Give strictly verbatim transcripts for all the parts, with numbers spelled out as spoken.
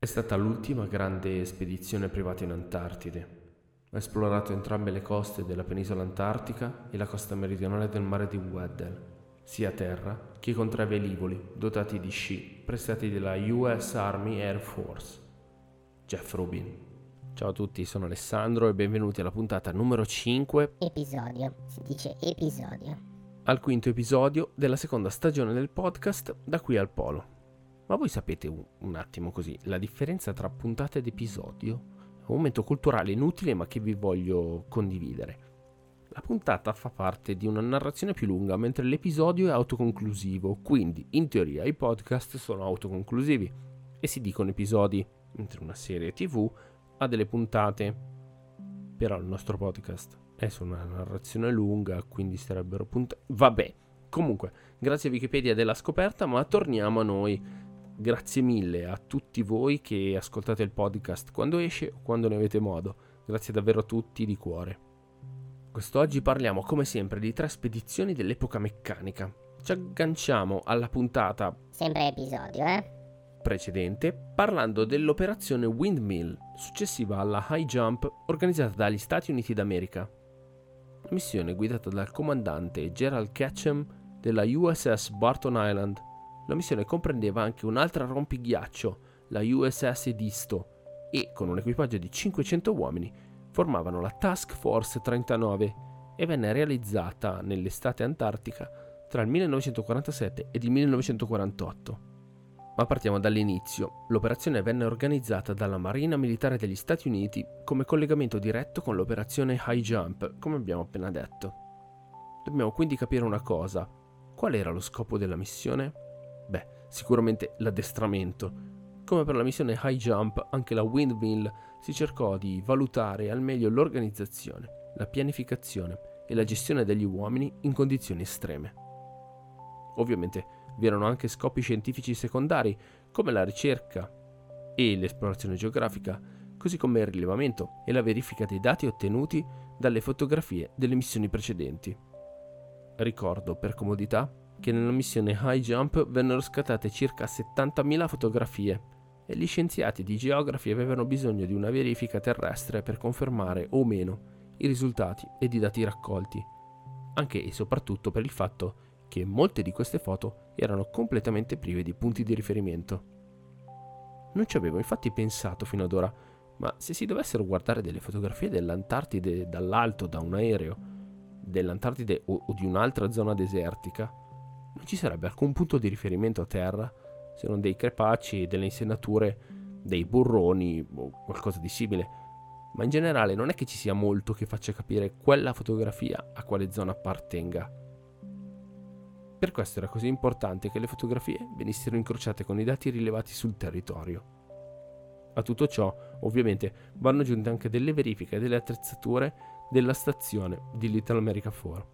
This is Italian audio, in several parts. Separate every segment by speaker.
Speaker 1: stata l'ultima grande spedizione privata in Antartide. Ha esplorato entrambe le coste della penisola antartica e la costa meridionale del mare di Weddell, sia a terra che con tre velivoli dotati di sci prestati dalla U S Army Air Force. Jeff Rubin. Ciao a tutti, sono Alessandro e benvenuti alla puntata numero cinque.
Speaker 2: Episodio, si dice episodio.
Speaker 1: Al quinto episodio della seconda stagione del podcast Da qui al Polo. Ma voi sapete un, un attimo così la differenza tra puntata ed episodio? È un momento culturale inutile ma che vi voglio condividere. La puntata fa parte di una narrazione più lunga mentre l'episodio è autoconclusivo, quindi in teoria i podcast sono autoconclusivi e si dicono episodi, mentre una serie tv ha delle puntate. Però il nostro podcast è su una narrazione lunga, quindi sarebbero puntate. Vabbè, comunque, grazie a Wikipedia della scoperta, ma torniamo a noi. Grazie mille a tutti voi che ascoltate il podcast quando esce o quando ne avete modo. Grazie davvero a tutti di cuore. Quest'oggi parliamo come sempre di tre spedizioni dell'epoca meccanica. Ci agganciamo alla puntata
Speaker 2: Sempre episodio, eh?
Speaker 1: precedente parlando dell'operazione Windmill successiva alla High Jump organizzata dagli Stati Uniti d'America. La missione guidata dal comandante Gerald Ketchum della U S S Barton Island. La missione comprendeva anche un'altra rompighiaccio, la U S S Edisto, e con un equipaggio di cinquecento uomini formavano la Task Force trentanove e venne realizzata nell'estate antartica tra il millenovecentoquarantasette ed il millenovecentoquarantotto. Ma partiamo dall'inizio. L'operazione venne organizzata dalla Marina Militare degli Stati Uniti come collegamento diretto con l'operazione High Jump, come abbiamo appena detto. Dobbiamo quindi capire una cosa. Qual era lo scopo della missione? Beh, sicuramente l'addestramento. Come per la missione High Jump, anche la Windmill si cercò di valutare al meglio l'organizzazione, la pianificazione e la gestione degli uomini in condizioni estreme. Ovviamente vi erano anche scopi scientifici secondari, come la ricerca e l'esplorazione geografica, così come il rilevamento e la verifica dei dati ottenuti dalle fotografie delle missioni precedenti. Ricordo, per comodità, che nella missione High Jump vennero scattate circa settantamila fotografie e gli scienziati di geografi avevano bisogno di una verifica terrestre per confermare o meno i risultati ed i dati raccolti, anche e soprattutto per il fatto che molte di queste foto erano completamente prive di punti di riferimento. Non ci avevo infatti pensato fino ad ora, ma se si dovessero guardare delle fotografie dell'Antartide dall'alto da un aereo, dell'Antartide o, o di un'altra zona desertica, non ci sarebbe alcun punto di riferimento a terra, se non dei crepacci, delle insenature, dei burroni o qualcosa di simile. Ma in generale non è che ci sia molto che faccia capire quella fotografia a quale zona appartenga. Per questo era così importante che le fotografie venissero incrociate con i dati rilevati sul territorio. A tutto ciò, ovviamente, vanno aggiunte anche delle verifiche delle attrezzature della stazione di Little America quattro.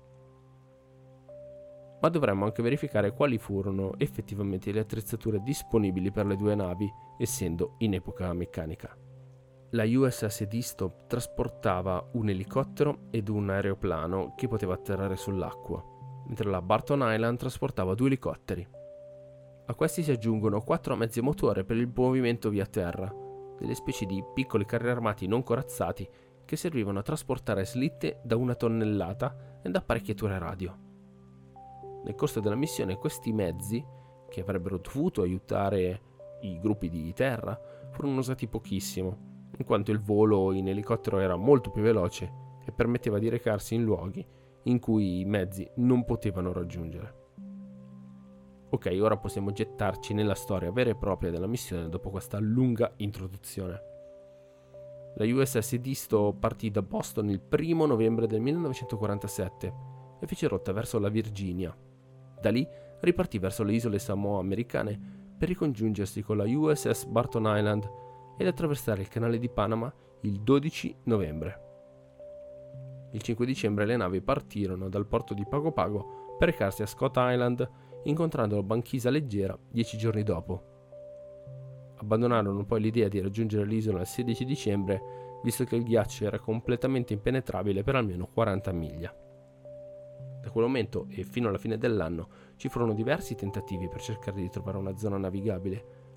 Speaker 1: Ma dovremmo anche verificare quali furono effettivamente le attrezzature disponibili per le due navi, essendo in epoca meccanica. La U S S Edisto trasportava un elicottero ed un aeroplano che poteva atterrare sull'acqua, mentre la Barton Island trasportava due elicotteri. A questi si aggiungono quattro mezzi a motore per il movimento via terra, delle specie di piccoli carri armati non corazzati che servivano a trasportare slitte da una tonnellata ed apparecchiature radio. Nel corso della missione questi mezzi, che avrebbero dovuto aiutare i gruppi di terra, furono usati pochissimo, in quanto il volo in elicottero era molto più veloce e permetteva di recarsi in luoghi in cui i mezzi non potevano raggiungere. Ok, ora possiamo gettarci nella storia vera e propria della missione dopo questa lunga introduzione. La U S S Edisto partì da Boston il primo novembre del millenovecentoquarantasette e fece rotta verso la Virginia. Da lì ripartì verso le isole Samoa americane per ricongiungersi con la U S S Barton Island ed attraversare il canale di Panama il dodici novembre. Il cinque dicembre le navi partirono dal porto di Pago Pago per recarsi a Scott Island, incontrando la banchisa leggera dieci giorni dopo. Abbandonarono poi l'idea di raggiungere l'isola il sedici dicembre, visto che il ghiaccio era completamente impenetrabile per almeno quaranta miglia. Da quel momento e fino alla fine dell'anno ci furono diversi tentativi per cercare di trovare una zona navigabile,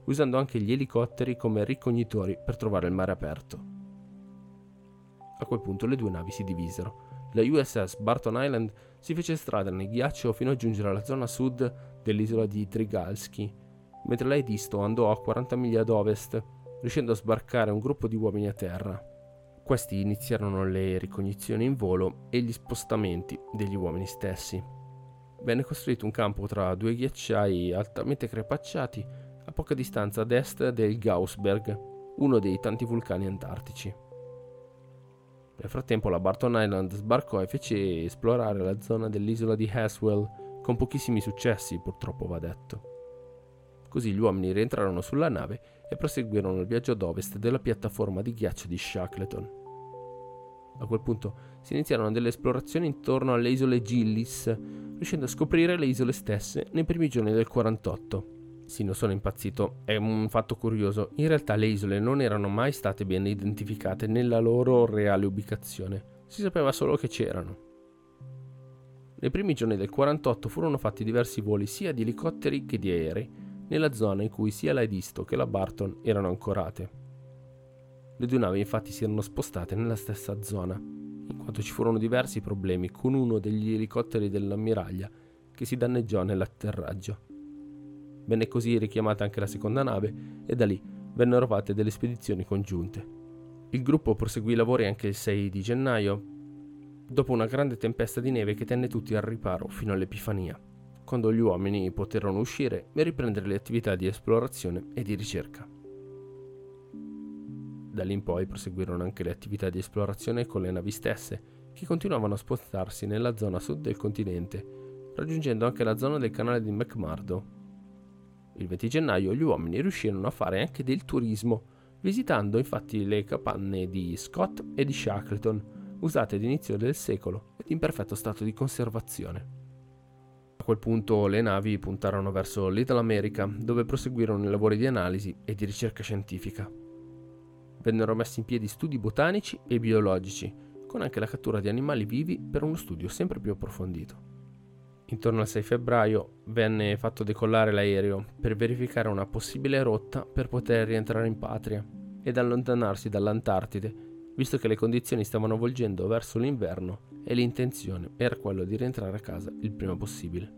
Speaker 1: usando anche gli elicotteri come ricognitori per trovare il mare aperto. A quel punto le due navi si divisero. La U S S Barton Island si fece strada nel ghiaccio fino a giungere alla zona sud dell'isola di Drygalski, mentre la Edisto andò a quaranta miglia ad ovest, riuscendo a sbarcare un gruppo di uomini a terra. Questi iniziarono le ricognizioni in volo e gli spostamenti degli uomini stessi. Venne costruito un campo tra due ghiacciai altamente crepacciati a poca distanza ad est del Gaussberg, uno dei tanti vulcani antartici. Nel frattempo la Barton Island sbarcò e fece esplorare la zona dell'isola di Haswell, con pochissimi successi, purtroppo va detto. Così gli uomini rientrarono sulla nave e proseguirono il viaggio ad ovest della piattaforma di ghiaccio di Shackleton. A quel punto si iniziarono delle esplorazioni intorno alle isole Gillis, riuscendo a scoprire le isole stesse nei primi giorni del quarantotto. Sì, non sono impazzito, è un fatto curioso. In realtà le isole non erano mai state ben identificate nella loro reale ubicazione, si sapeva solo che c'erano. Nei primi giorni del quarantotto furono fatti diversi voli sia di elicotteri che di aerei nella zona in cui sia la Edisto che la Barton erano ancorate. Le due navi infatti si erano spostate nella stessa zona, in quanto ci furono diversi problemi con uno degli elicotteri dell'ammiraglia che si danneggiò nell'atterraggio. Venne così richiamata anche la seconda nave e da lì vennero fatte delle spedizioni congiunte. Il gruppo proseguì i lavori anche il sei di gennaio, dopo una grande tempesta di neve che tenne tutti al riparo fino all'Epifania, quando gli uomini poterono uscire e riprendere le attività di esplorazione e di ricerca. Da lì in poi proseguirono anche le attività di esplorazione con le navi stesse, che continuavano a spostarsi nella zona sud del continente, raggiungendo anche la zona del canale di McMurdo. Il venti gennaio gli uomini riuscirono a fare anche del turismo, visitando infatti le capanne di Scott e di Shackleton, usate all'inizio del secolo ed in perfetto stato di conservazione. A quel punto le navi puntarono verso Little America, dove proseguirono i lavori di analisi e di ricerca scientifica. Vennero messi in piedi studi botanici e biologici, con anche la cattura di animali vivi per uno studio sempre più approfondito. Intorno al sei febbraio venne fatto decollare l'aereo per verificare una possibile rotta per poter rientrare in patria ed allontanarsi dall'Antartide, visto che le condizioni stavano volgendo verso l'inverno e l'intenzione era quella di rientrare a casa il prima possibile.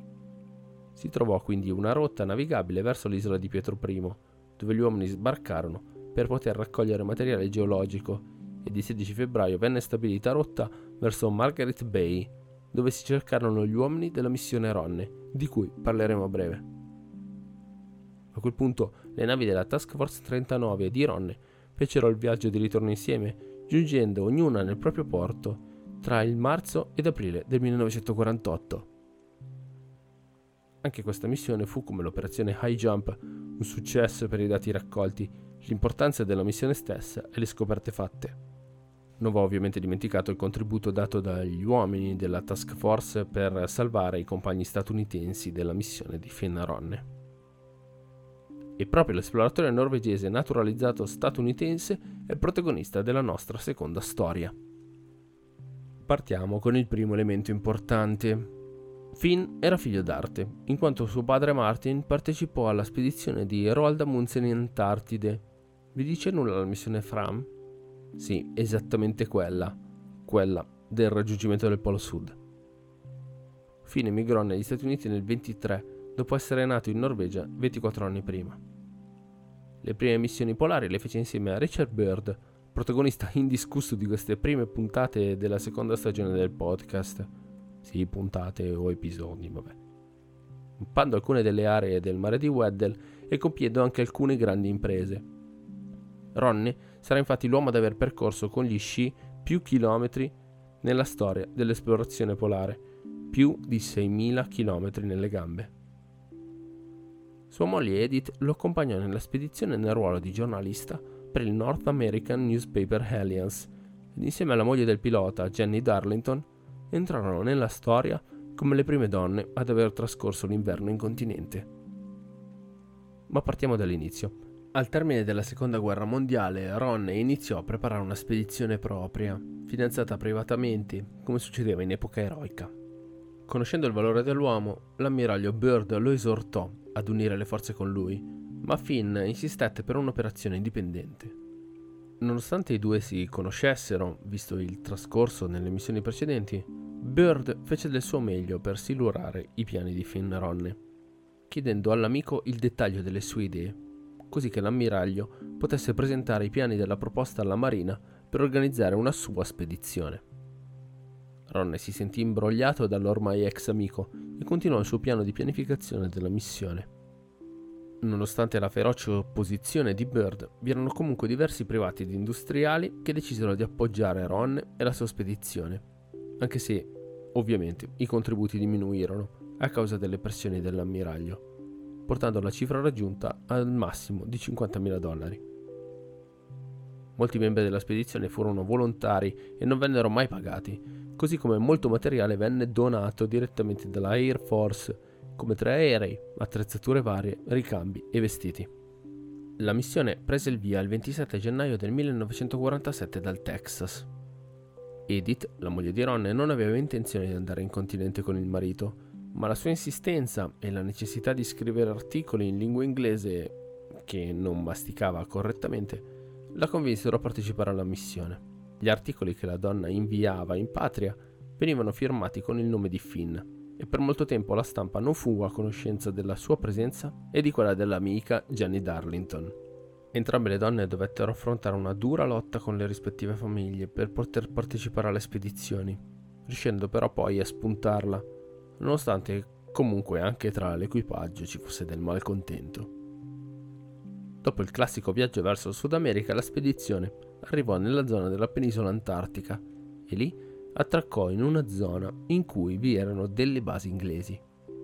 Speaker 1: Si trovò quindi una rotta navigabile verso l'isola di Pietro Primo, dove gli uomini sbarcarono per poter raccogliere materiale geologico, ed il sedici febbraio venne stabilita rotta verso Margaret Bay, dove si cercarono gli uomini della missione Ronne, di cui parleremo a breve. A quel punto le navi della Task Force trentanove di Ronne fecero il viaggio di ritorno insieme, giungendo ognuna nel proprio porto tra il marzo ed aprile del millenovecentoquarantotto. Anche questa missione fu, come l'operazione High Jump, un successo per i dati raccolti, l'importanza della missione stessa e le scoperte fatte. Non va ovviamente dimenticato il contributo dato dagli uomini della Task Force per salvare i compagni statunitensi della missione di Finn Ronne. E proprio l'esploratore norvegese naturalizzato statunitense è il protagonista della nostra seconda storia. Partiamo con il primo elemento importante. Finn era figlio d'arte, in quanto suo padre Martin partecipò alla spedizione di Roald Amundsen in Antartide. Vi dice nulla la missione Fram? Sì, esattamente quella, quella del raggiungimento del Polo Sud. Finn emigrò negli Stati Uniti nel ventitré, dopo essere nato in Norvegia ventiquattro anni prima. Le prime missioni polari le fece insieme a Richard Byrd, protagonista indiscusso di queste prime puntate della seconda stagione del podcast. Sì, puntate o episodi, vabbè. Mappando alcune delle aree del mare di Weddell e compiendo anche alcune grandi imprese. Ronne sarà infatti l'uomo ad aver percorso con gli sci più chilometri nella storia dell'esplorazione polare, più di seimila chilometri nelle gambe. Sua moglie Edith lo accompagnò nella spedizione nel ruolo di giornalista per il North American Newspaper Alliance ed insieme alla moglie del pilota, Jenny Darlington, entrarono nella storia come le prime donne ad aver trascorso l'inverno in continente. Ma partiamo dall'inizio. Al termine della seconda guerra mondiale, Ronne iniziò a preparare una spedizione propria, finanziata privatamente, come succedeva in epoca eroica. Conoscendo il valore dell'uomo, l'ammiraglio Byrd lo esortò ad unire le forze con lui, ma Finn insistette per un'operazione indipendente. Nonostante i due si conoscessero, visto il trascorso nelle missioni precedenti, Byrd fece del suo meglio per silurare i piani di Finn Ronne, chiedendo all'amico il dettaglio delle sue idee, così che l'ammiraglio potesse presentare i piani della proposta alla Marina per organizzare una sua spedizione. Ronne si sentì imbrogliato dall'ormai ex amico e continuò il suo piano di pianificazione della missione. Nonostante la feroce opposizione di Byrd, vi erano comunque diversi privati ed industriali che decisero di appoggiare Ronne e la sua spedizione, anche se, ovviamente, i contributi diminuirono a causa delle pressioni dell'ammiraglio, portando la cifra raggiunta al massimo di cinquantamila dollari. Molti membri della spedizione furono volontari e non vennero mai pagati, così come molto materiale venne donato direttamente dalla Air Force, come tre aerei, attrezzature varie, ricambi e vestiti. La missione prese il via il ventisette gennaio del millenovecentoquarantasette dal Texas. Edith, la moglie di Ronne, non aveva intenzione di andare in continente con il marito, ma la sua insistenza e la necessità di scrivere articoli in lingua inglese, che non masticava correttamente, la convinsero a partecipare alla missione. Gli articoli che la donna inviava in patria venivano firmati con il nome di Finn, e per molto tempo la stampa non fu a conoscenza della sua presenza e di quella dell'amica Jenny Darlington. Entrambe le donne dovettero affrontare una dura lotta con le rispettive famiglie per poter partecipare alle spedizioni, riuscendo però poi a spuntarla, nonostante comunque anche tra l'equipaggio ci fosse del malcontento. Dopo il classico viaggio verso il Sud America, la spedizione arrivò nella zona della penisola antartica e lì attraccò in una zona in cui vi erano delle basi inglesi.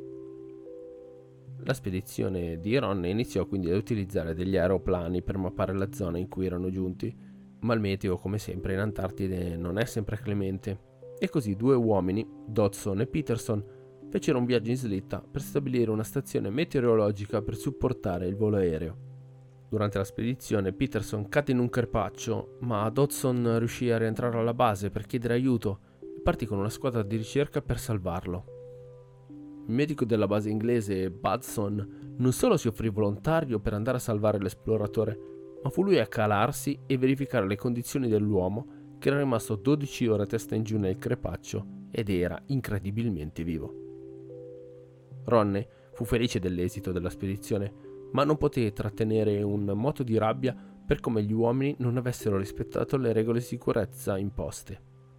Speaker 1: La spedizione di Ronne iniziò quindi ad utilizzare degli aeroplani per mappare la zona in cui erano giunti, ma il meteo, come sempre in Antartide, non è sempre clemente, e così due uomini, Dodson e Peterson, fecero un viaggio in slitta per stabilire una stazione meteorologica per supportare il volo aereo. Durante la spedizione Peterson cadde in un crepaccio, ma Dodson riuscì a rientrare alla base per chiedere aiuto e partì con una squadra di ricerca per salvarlo. Il medico della base inglese, Budson, non solo si offrì volontario per andare a salvare l'esploratore, ma fu lui a calarsi e verificare le condizioni dell'uomo, che era rimasto dodici ore a testa in giù nel crepaccio ed era incredibilmente vivo. Ronne fu felice dell'esito della spedizione, ma non poté trattenere un moto di rabbia per come gli uomini non avessero rispettato le regole di sicurezza imposte.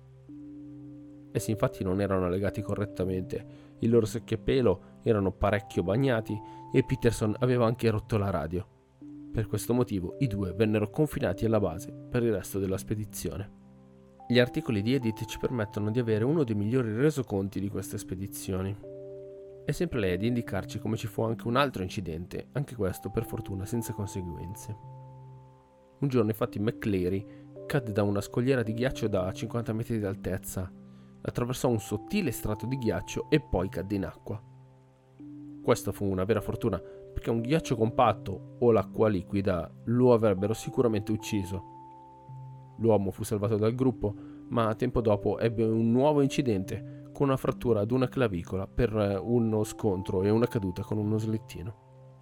Speaker 1: Essi infatti non erano legati correttamente, i loro secchi a pelo erano parecchio bagnati e Peterson aveva anche rotto la radio. Per questo motivo i due vennero confinati alla base per il resto della spedizione. Gli articoli di Edith ci permettono di avere uno dei migliori resoconti di queste spedizioni. È sempre lei ad indicarci come ci fu anche un altro incidente, anche questo per fortuna senza conseguenze. Un giorno infatti McCleary cadde da una scogliera di ghiaccio da cinquanta metri di altezza, attraversò un sottile strato di ghiaccio e poi cadde in acqua. Questa fu una vera fortuna, perché un ghiaccio compatto o l'acqua liquida lo avrebbero sicuramente ucciso. L'uomo fu salvato dal gruppo, ma tempo dopo ebbe un nuovo incidente con una frattura ad una clavicola per uno scontro e una caduta con uno slittino.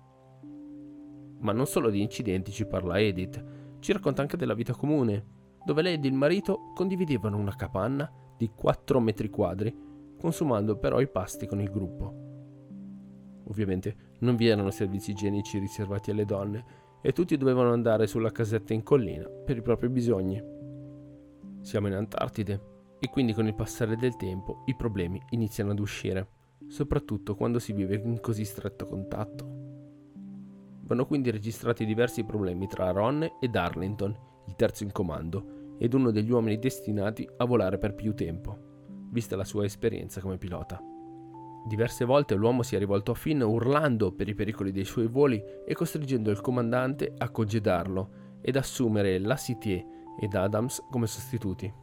Speaker 1: Ma non solo di incidenti ci parla Edith, ci racconta anche della vita comune, dove lei ed il marito condividevano una capanna di quattro metri quadri, consumando però i pasti con il gruppo. Ovviamente non vi erano servizi igienici riservati alle donne e tutti dovevano andare sulla casetta in collina per i propri bisogni. Siamo in Antartide e quindi con il passare del tempo i problemi iniziano ad uscire, soprattutto quando si vive in così stretto contatto. Vanno quindi registrati diversi problemi tra Ronne e Darlington, il terzo in comando, ed uno degli uomini destinati a volare per più tempo, vista la sua esperienza come pilota. Diverse volte l'uomo si è rivolto a Finn urlando per i pericoli dei suoi voli e costringendo il comandante a congedarlo ed assumere Lassitier ed Adams come sostituti.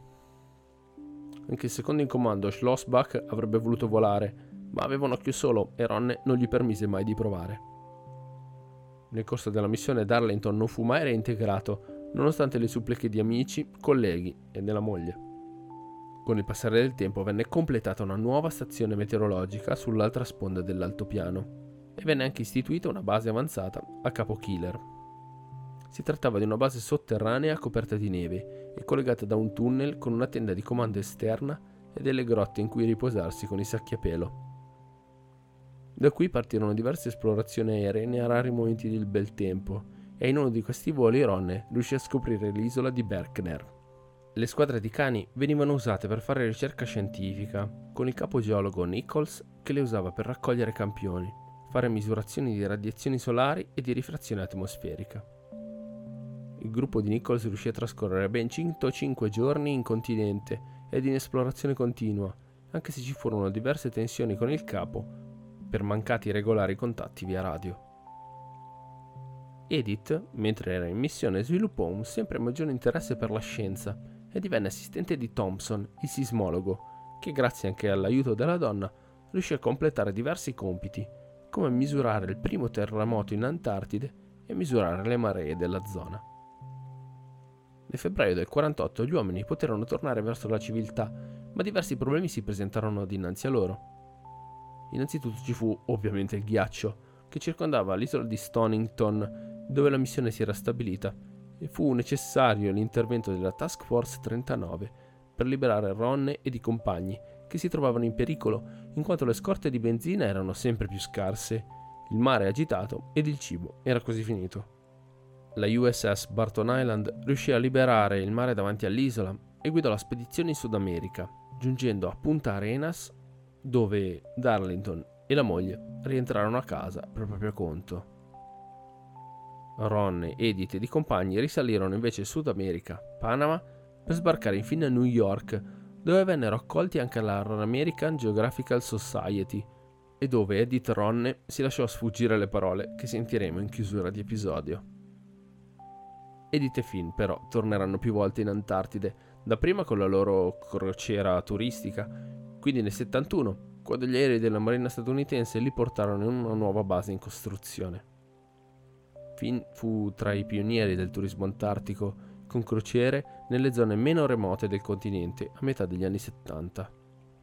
Speaker 1: Anche il secondo in comando, Schlossbach, avrebbe voluto volare, ma aveva un occhio solo e Ronne non gli permise mai di provare. Nel corso della missione Darlington non fu mai reintegrato, nonostante le suppliche di amici, colleghi e della moglie. Con il passare del tempo venne completata una nuova stazione meteorologica sull'altra sponda dell'altopiano. e venne anche istituita una base avanzata a Capo Killer. Si trattava di una base sotterranea coperta di neve e collegata da un tunnel con una tenda di comando esterna e delle grotte in cui riposarsi con i sacchi a pelo. Da qui partirono diverse esplorazioni aeree nei rari momenti del bel tempo, e in uno di questi voli Ron riuscì a scoprire l'isola di Berkner. Le squadre di cani venivano usate per fare ricerca scientifica, con il capo geologo Nichols che le usava per raccogliere campioni, fare misurazioni di radiazioni solari e di rifrazione atmosferica. Il gruppo di Nichols riuscì a trascorrere ben centocinque giorni in continente ed in esplorazione continua, anche se ci furono diverse tensioni con il capo per mancati regolari contatti via radio. Edith, mentre era in missione, sviluppò un sempre maggiore interesse per la scienza e divenne assistente di Thompson, il sismologo, che grazie anche all'aiuto della donna riuscì a completare diversi compiti, come misurare il primo terremoto in Antartide e misurare le maree della zona. Nel febbraio del quarantotto gli uomini poterono tornare verso la civiltà, ma diversi problemi si presentarono dinanzi a loro. Innanzitutto ci fu ovviamente il ghiaccio, che circondava l'isola di Stonington, dove la missione si era stabilita, e fu necessario l'intervento della Task Force trentanove per liberare Ron ed i compagni, che si trovavano in pericolo, in quanto le scorte di benzina erano sempre più scarse, il mare agitato ed il cibo era quasi finito. La U S S Barton Island riuscì a liberare il mare davanti all'isola e guidò la spedizione in Sud America, giungendo a Punta Arenas, dove Darlington e la moglie rientrarono a casa per proprio conto. Ron, Edith ed i compagni risalirono invece Sud America, Panama, per sbarcare infine a New York, dove vennero accolti anche all'American Geographical Society e dove Edith Ron si lasciò sfuggire le parole che sentiremo in chiusura di episodio. Edith e Finn però torneranno più volte in Antartide, dapprima con la loro crociera turistica, quindi nel settantuno, quando gli aerei della Marina statunitense li portarono in una nuova base in costruzione. Finn fu tra i pionieri del turismo antartico, con crociere nelle zone meno remote del continente a metà degli anni settanta.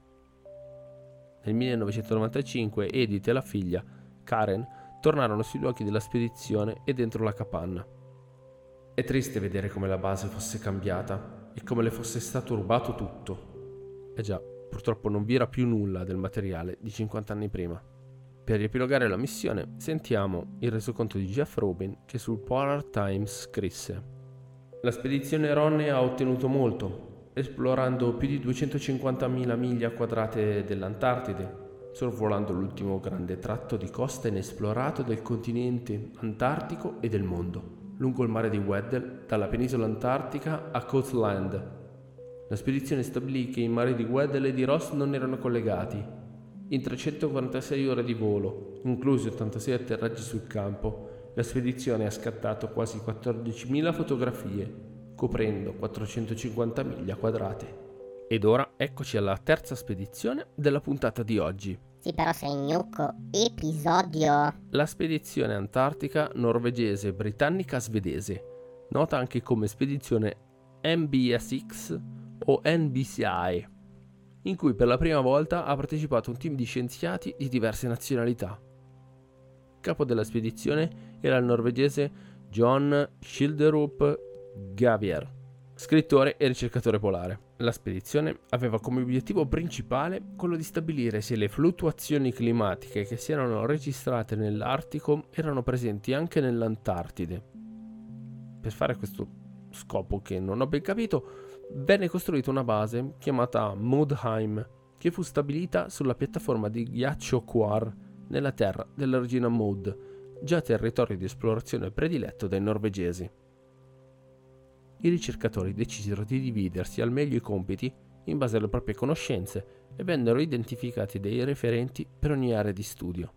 Speaker 1: Nel millenovecentonovantacinque Edith e la figlia, Karen, tornarono sui luoghi della spedizione e dentro la capanna. È triste vedere come la base fosse cambiata e come le fosse stato rubato tutto. Eh già, purtroppo non vi era più nulla del materiale di cinquanta anni prima. Per riepilogare la missione, sentiamo il resoconto di Jeff Rubin che sul Polar Times scrisse: La spedizione Ron ha ottenuto molto, esplorando più di duecentocinquantamila miglia quadrate dell'Antartide, sorvolando l'ultimo grande tratto di costa inesplorato del continente antartico e del mondo, lungo il mare di Weddell, dalla penisola antartica a Coastland. La spedizione stabilì che i mari di Weddell e di Ross non erano collegati. In trecentoquarantasei ore di volo, inclusi ottantasei atterraggi sul campo, la spedizione ha scattato quasi quattordicimila fotografie, coprendo quattrocentocinquanta miglia quadrate. Ed ora eccoci alla terza spedizione della puntata di oggi.
Speaker 2: Sì, però sei gnocco. Episodio.
Speaker 1: La spedizione antartica norvegese britannica svedese, nota anche come spedizione M B S X o N B C I, in cui per la prima volta ha partecipato un team di scienziati di diverse nazionalità. Capo della spedizione era il norvegese John Schilderup Gavier, scrittore e ricercatore polare. La spedizione aveva come obiettivo principale quello di stabilire se le fluttuazioni climatiche che si erano registrate nell'Artico erano presenti anche nell'Antartide. Per fare questo scopo, che non ho ben capito, venne costruita una base chiamata Mudheim, che fu stabilita sulla piattaforma di ghiaccio Kvar nella terra della regina Maud, già territorio di esplorazione prediletto dai norvegesi. I ricercatori decisero di dividersi al meglio i compiti in base alle proprie conoscenze e vennero identificati dei referenti per ogni area di studio.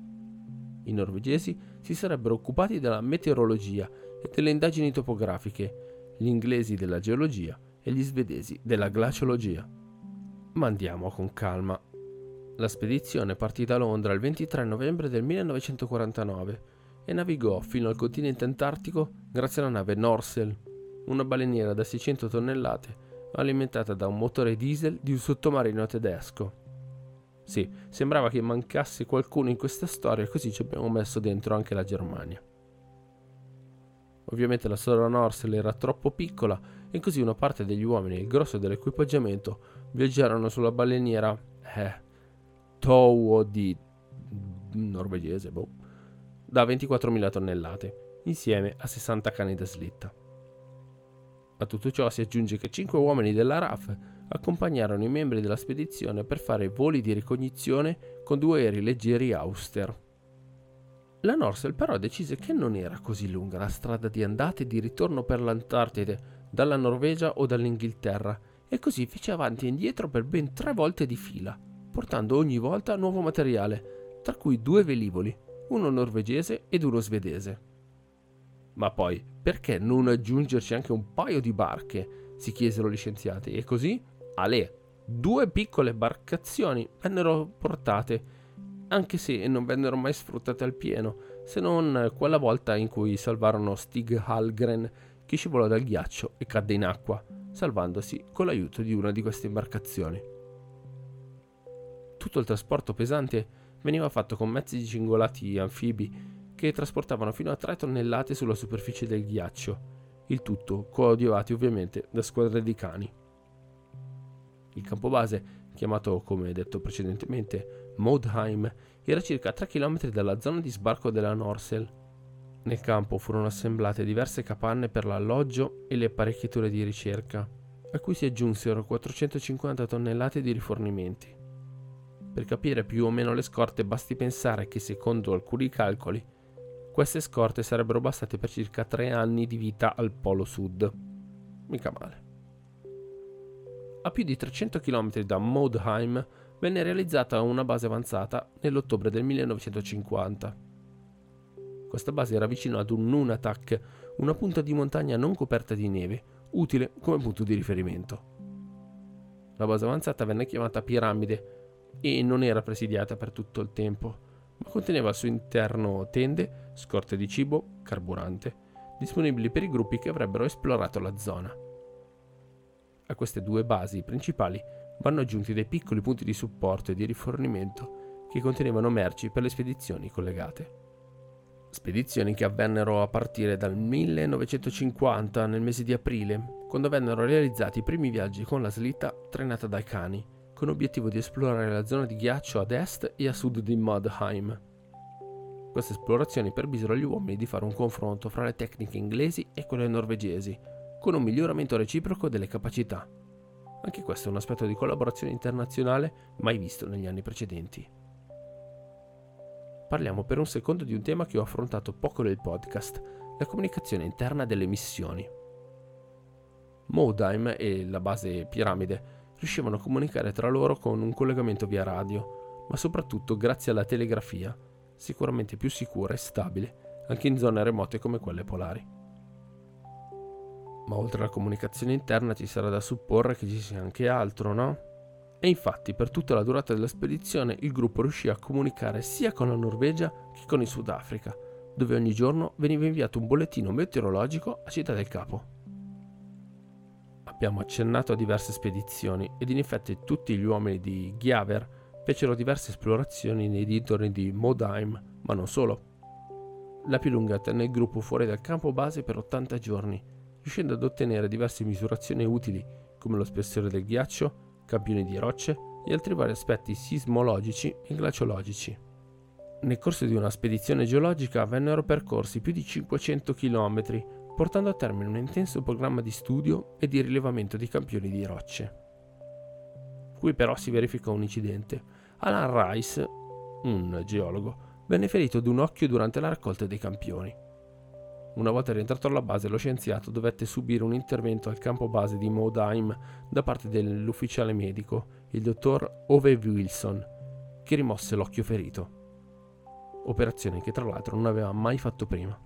Speaker 1: I norvegesi si sarebbero occupati della meteorologia e delle indagini topografiche, gli inglesi della geologia e gli svedesi della glaciologia. Ma andiamo con calma. La spedizione partì da Londra il ventitré novembre del millenovecentoquarantanove e navigò fino al continente antartico grazie alla nave Norsel, una baleniera da seicento tonnellate alimentata da un motore diesel di un sottomarino tedesco. Sì, sembrava che mancasse qualcuno in questa storia, così ci abbiamo messo dentro anche la Germania. Ovviamente la Sora Norsel era troppo piccola e così una parte degli uomini e il grosso dell'equipaggiamento viaggiarono sulla baleniera eh, Touo di norvegese, boh, da ventiquattromila tonnellate, insieme a sessanta cani da slitta. A tutto ciò si aggiunge che cinque uomini della R A F accompagnarono i membri della spedizione per fare voli di ricognizione con due aerei leggeri Auster. La Norsel però decise che non era così lunga la strada di andata e di ritorno per l'Antartide dalla Norvegia o dall'Inghilterra e così fece avanti e indietro per ben tre volte di fila, portando ogni volta nuovo materiale, tra cui due velivoli, uno norvegese ed uno svedese. Ma poi, perché non aggiungerci anche un paio di barche? Si chiesero gli scienziati e così, alè, due piccole barcazioni vennero portate, anche se non vennero mai sfruttate al pieno, se non quella volta in cui salvarono Stig Hallgren che scivolò dal ghiaccio e cadde in acqua, salvandosi con l'aiuto di una di queste imbarcazioni. Tutto il trasporto pesante veniva fatto con mezzi cingolati anfibi che trasportavano fino a tre tonnellate sulla superficie del ghiaccio, il tutto coadiuvati ovviamente da squadre di cani. Il campo base, chiamato come detto precedentemente Modheim, era circa tre chilometri dalla zona di sbarco della Norsel. Nel campo furono assemblate diverse capanne per l'alloggio e le apparecchiature di ricerca, a cui si aggiunsero quattrocentocinquanta tonnellate di rifornimenti. Per capire più o meno le scorte basti pensare che secondo alcuni calcoli queste scorte sarebbero bastate per circa tre anni di vita al Polo Sud. Mica male. A più di trecento chilometri da Modheim venne realizzata una base avanzata nell'ottobre del millenovecentocinquanta. Questa base era vicino ad un Nunatak, una punta di montagna non coperta di neve, utile come punto di riferimento. La base avanzata venne chiamata Piramide e non era presidiata per tutto il tempo, ma conteneva al suo interno tende, scorte di cibo, carburante, disponibili per i gruppi che avrebbero esplorato la zona. A queste due basi principali vanno aggiunti dei piccoli punti di supporto e di rifornimento che contenevano merci per le spedizioni collegate. Spedizioni che avvennero a partire dal millenovecentocinquanta, nel mese di aprile, quando vennero realizzati i primi viaggi con la slitta trainata dai cani, con l'obiettivo di esplorare la zona di ghiaccio ad est e a sud di Modheim. Queste esplorazioni permisero agli uomini di fare un confronto fra le tecniche inglesi e quelle norvegesi, con un miglioramento reciproco delle capacità. Anche questo è un aspetto di collaborazione internazionale mai visto negli anni precedenti. Parliamo per un secondo di un tema che ho affrontato poco nel podcast, la comunicazione interna delle missioni. Modheim e la base Piramide riuscivano a comunicare tra loro con un collegamento via radio, ma soprattutto grazie alla telegrafia, sicuramente più sicura e stabile anche in zone remote come quelle polari. Ma oltre alla comunicazione interna ci sarà da supporre che ci sia anche altro, no? E infatti per tutta la durata della spedizione il gruppo riuscì a comunicare sia con la Norvegia che con il Sudafrica, dove ogni giorno veniva inviato un bollettino meteorologico a Città del Capo. Abbiamo accennato a diverse spedizioni ed in effetti tutti gli uomini di Gjaver fecero diverse esplorazioni nei dintorni di Modheim, ma non solo. La più lunga tenne il gruppo fuori dal campo base per ottanta giorni, riuscendo ad ottenere diverse misurazioni utili come lo spessore del ghiaccio, campioni di rocce e altri vari aspetti sismologici e glaciologici. Nel corso di una spedizione geologica vennero percorsi più di cinquecento chilometri, portando a termine un intenso programma di studio e di rilevamento di campioni di rocce. Qui però si verificò un incidente. Alan Rice, un geologo, venne ferito ad un occhio durante la raccolta dei campioni. Una volta rientrato alla base, lo scienziato dovette subire un intervento al campo base di Modheim da parte dell'ufficiale medico, il dottor Ove Wilson, che rimosse l'occhio ferito. Operazione che tra l'altro non aveva mai fatto prima.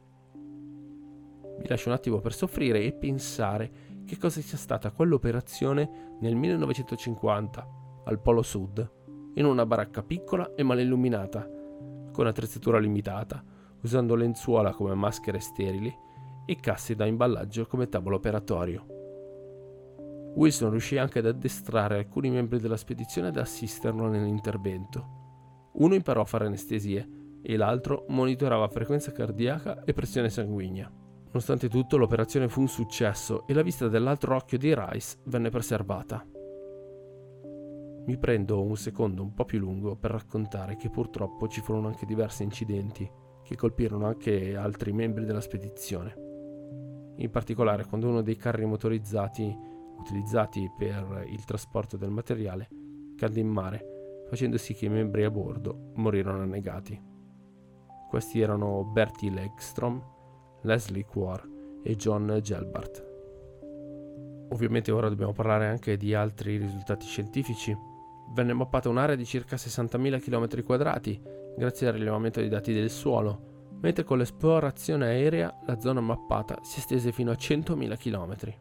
Speaker 1: Vi lascio un attimo per soffrire e pensare che cosa sia stata quell'operazione nel millenovecentocinquanta, al Polo Sud, in una baracca piccola e mal illuminata, con attrezzatura limitata, usando lenzuola come maschere sterili e casse da imballaggio come tavolo operatorio. Wilson riuscì anche ad addestrare alcuni membri della spedizione ad assisterlo nell'intervento. Uno imparò a fare anestesie e l'altro monitorava frequenza cardiaca e pressione sanguigna. Nonostante tutto, l'operazione fu un successo e la vista dell'altro occhio di Rice venne preservata. Mi prendo un secondo un po' più lungo per raccontare che purtroppo ci furono anche diversi incidenti che colpirono anche altri membri della spedizione. In particolare quando uno dei carri motorizzati utilizzati per il trasporto del materiale cadde in mare, facendo sì che i membri a bordo morirono annegati. Questi erano Bertie Legstrom, Leslie Quore e John Gelbart. Ovviamente ora dobbiamo parlare anche di altri risultati scientifici. Venne mappata un'area di circa sessantamila chilometri quadrati grazie al rilevamento dei dati del suolo, mentre con l'esplorazione aerea la zona mappata si estese fino a centomila chilometri.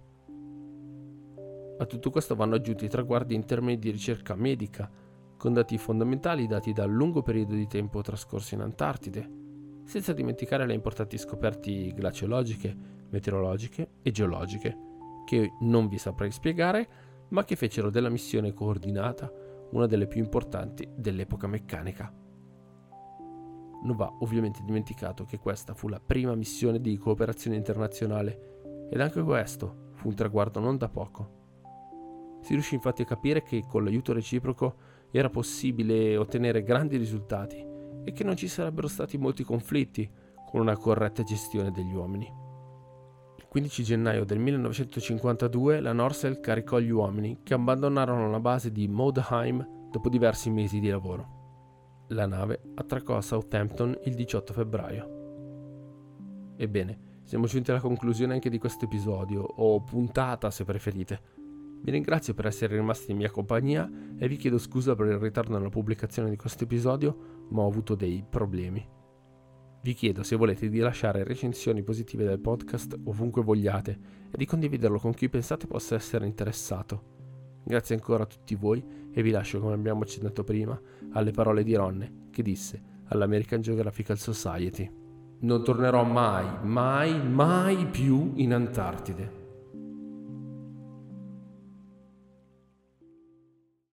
Speaker 1: A tutto questo vanno aggiunti traguardi in termini di ricerca medica, con dati fondamentali dati dal lungo periodo di tempo trascorso in Antartide, senza dimenticare le importanti scoperte glaciologiche, meteorologiche e geologiche, che non vi saprei spiegare, ma che fecero della missione coordinata una delle più importanti dell'epoca meccanica. Non va ovviamente dimenticato che questa fu la prima missione di cooperazione internazionale ed anche questo fu un traguardo non da poco. Si riuscì infatti a capire che con l'aiuto reciproco era possibile ottenere grandi risultati e che non ci sarebbero stati molti conflitti con una corretta gestione degli uomini. Il quindici gennaio del millenovecentocinquantadue la Norsel caricò gli uomini che abbandonarono la base di Modheim dopo diversi mesi di lavoro. La nave attraccò a Southampton il diciotto febbraio. Ebbene, siamo giunti alla conclusione anche di questo episodio, o puntata se preferite. Vi ringrazio per essere rimasti in mia compagnia e vi chiedo scusa per il ritardo nella pubblicazione di questo episodio, ma ho avuto dei problemi. Vi chiedo se volete di lasciare recensioni positive del podcast ovunque vogliate e di condividerlo con chi pensate possa essere interessato. Grazie ancora a tutti voi e vi lascio, come abbiamo accennato prima, alle parole di Ronne, che disse all'American Geographical Society: non tornerò mai, mai, mai più in Antartide.